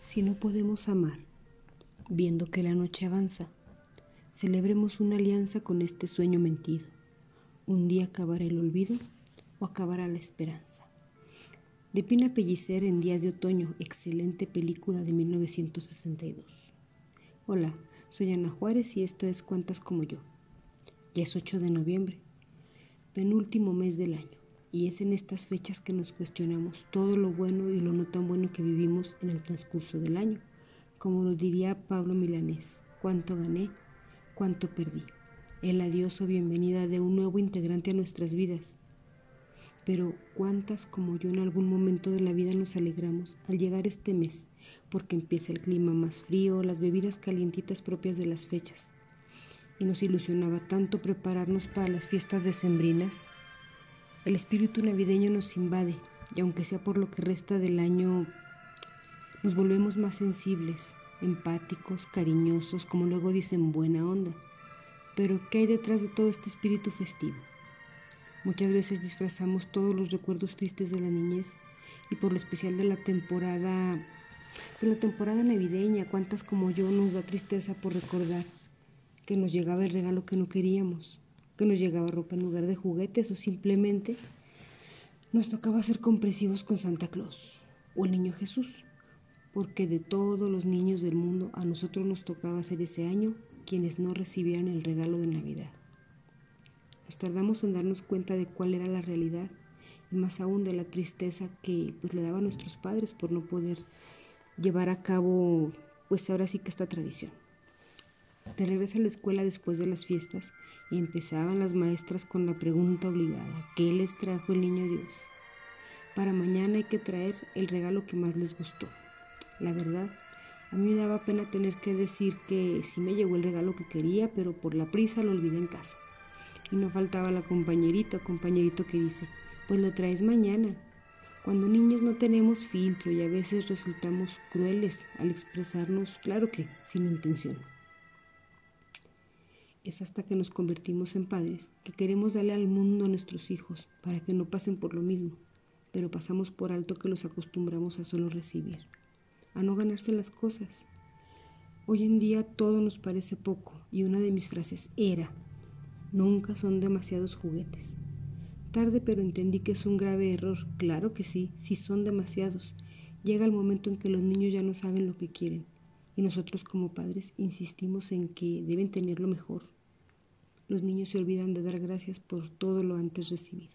Si no podemos amar, viendo que la noche avanza, celebremos una alianza con este sueño mentido. Un día acabará el olvido o acabará la esperanza. De Pina Pellicer en Días de Otoño, excelente película de 1962. Hola, soy Ana Juárez y esto es Cuantas como yo. Ya es 8 de noviembre, penúltimo mes del año, y es en estas fechas que nos cuestionamos todo lo bueno y lo no tan bueno que vivimos en el transcurso del año. Como lo diría Pablo Milanés, ¿cuánto gané? ¿Cuánto perdí? El adiós o bienvenida de un nuevo integrante a nuestras vidas. Pero cuántas como yo en algún momento de la vida nos alegramos al llegar este mes, porque empieza el clima más frío, las bebidas calientitas propias de las fechas. Y nos ilusionaba tanto prepararnos para las fiestas decembrinas. El espíritu navideño nos invade, y aunque sea por lo que resta del año, nos volvemos más sensibles, empáticos, cariñosos, como luego dicen, buena onda. Pero ¿qué hay detrás de todo este espíritu festivo? Muchas veces disfrazamos todos los recuerdos tristes de la niñez y por lo especial de la temporada navideña. Cuántas como yo nos da tristeza por recordar que nos llegaba el regalo que no queríamos, que nos llegaba ropa en lugar de juguetes o simplemente nos tocaba ser comprensivos con Santa Claus o el Niño Jesús, porque de todos los niños del mundo a nosotros nos tocaba ser ese año quienes no recibieran el regalo de Navidad. Nos tardamos en darnos cuenta de cuál era la realidad y más aún de la tristeza que le daba a nuestros padres por no poder llevar a cabo ahora sí que esta tradición. De regreso a la escuela después de las fiestas y empezaban las maestras con la pregunta obligada: ¿qué les trajo el niño Dios? Para mañana hay que traer el regalo que más les gustó. La verdad, a mí me daba pena tener que decir que sí me llegó el regalo que quería, pero por la prisa lo olvidé en casa. Y no faltaba la compañerita o compañerito que dice: pues lo traes mañana. Cuando niños no tenemos filtro y a veces resultamos crueles al expresarnos, claro que sin intención. Es hasta que nos convertimos en padres que queremos darle al mundo a nuestros hijos para que no pasen por lo mismo, pero pasamos por alto que los acostumbramos a solo recibir, a no ganarse las cosas. Hoy en día todo nos parece poco y una de mis frases era: nunca son demasiados juguetes. Tarde, pero entendí que es un grave error. Claro que sí son demasiados. Llega el momento en que los niños ya no saben lo que quieren y nosotros como padres insistimos en que deben tener lo mejor. Los niños se olvidan de dar gracias por todo lo antes recibido.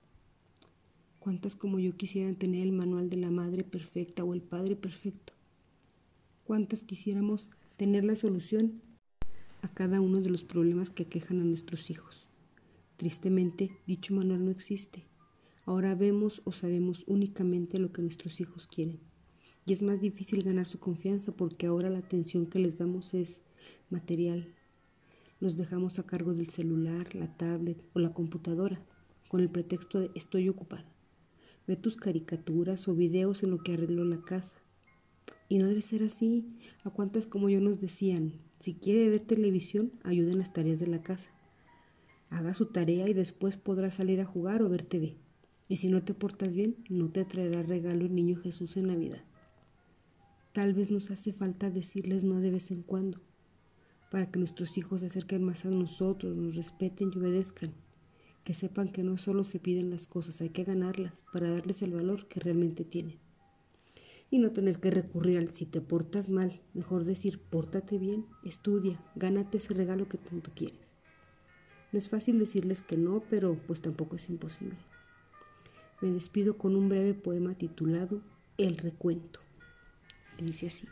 ¿Cuántas como yo quisieran tener el manual de la madre perfecta o el padre perfecto? ¿Cuántas quisiéramos tener la solución a cada uno de los problemas que aquejan a nuestros hijos? Tristemente, dicho manual no existe. Ahora vemos o sabemos únicamente lo que nuestros hijos quieren. Y es más difícil ganar su confianza porque ahora la atención que les damos es material. Los dejamos a cargo del celular, la tablet o la computadora con el pretexto de estoy ocupada. Ve tus caricaturas o videos en lo que arregló la casa. Y no debe ser así. A cuantas como yo nos decían: si quiere ver televisión, ayuda en las tareas de la casa. Haga su tarea y después podrá salir a jugar o ver TV. Y si no te portas bien, no te traerá regalo el niño Jesús en Navidad. Tal vez nos hace falta decirles no de vez en cuando, para que nuestros hijos se acerquen más a nosotros, nos respeten y obedezcan. Que sepan que no solo se piden las cosas, hay que ganarlas para darles el valor que realmente tienen. Y no tener que recurrir al si te portas mal, mejor decir pórtate bien, estudia, gánate ese regalo que tanto quieres. No es fácil decirles que no, pero tampoco es imposible. Me despido con un breve poema titulado El recuento. Y dice así: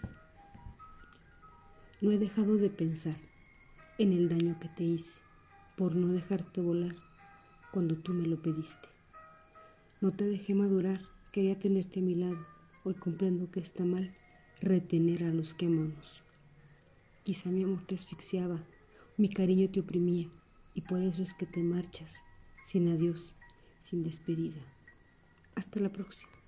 no he dejado de pensar en el daño que te hice por no dejarte volar cuando tú me lo pediste. No te dejé madurar, quería tenerte a mi lado. Hoy comprendo que está mal retener a los que amamos. Quizá mi amor te asfixiaba, mi cariño te oprimía, y por eso es que te marchas, sin adiós, sin despedida. Hasta la próxima.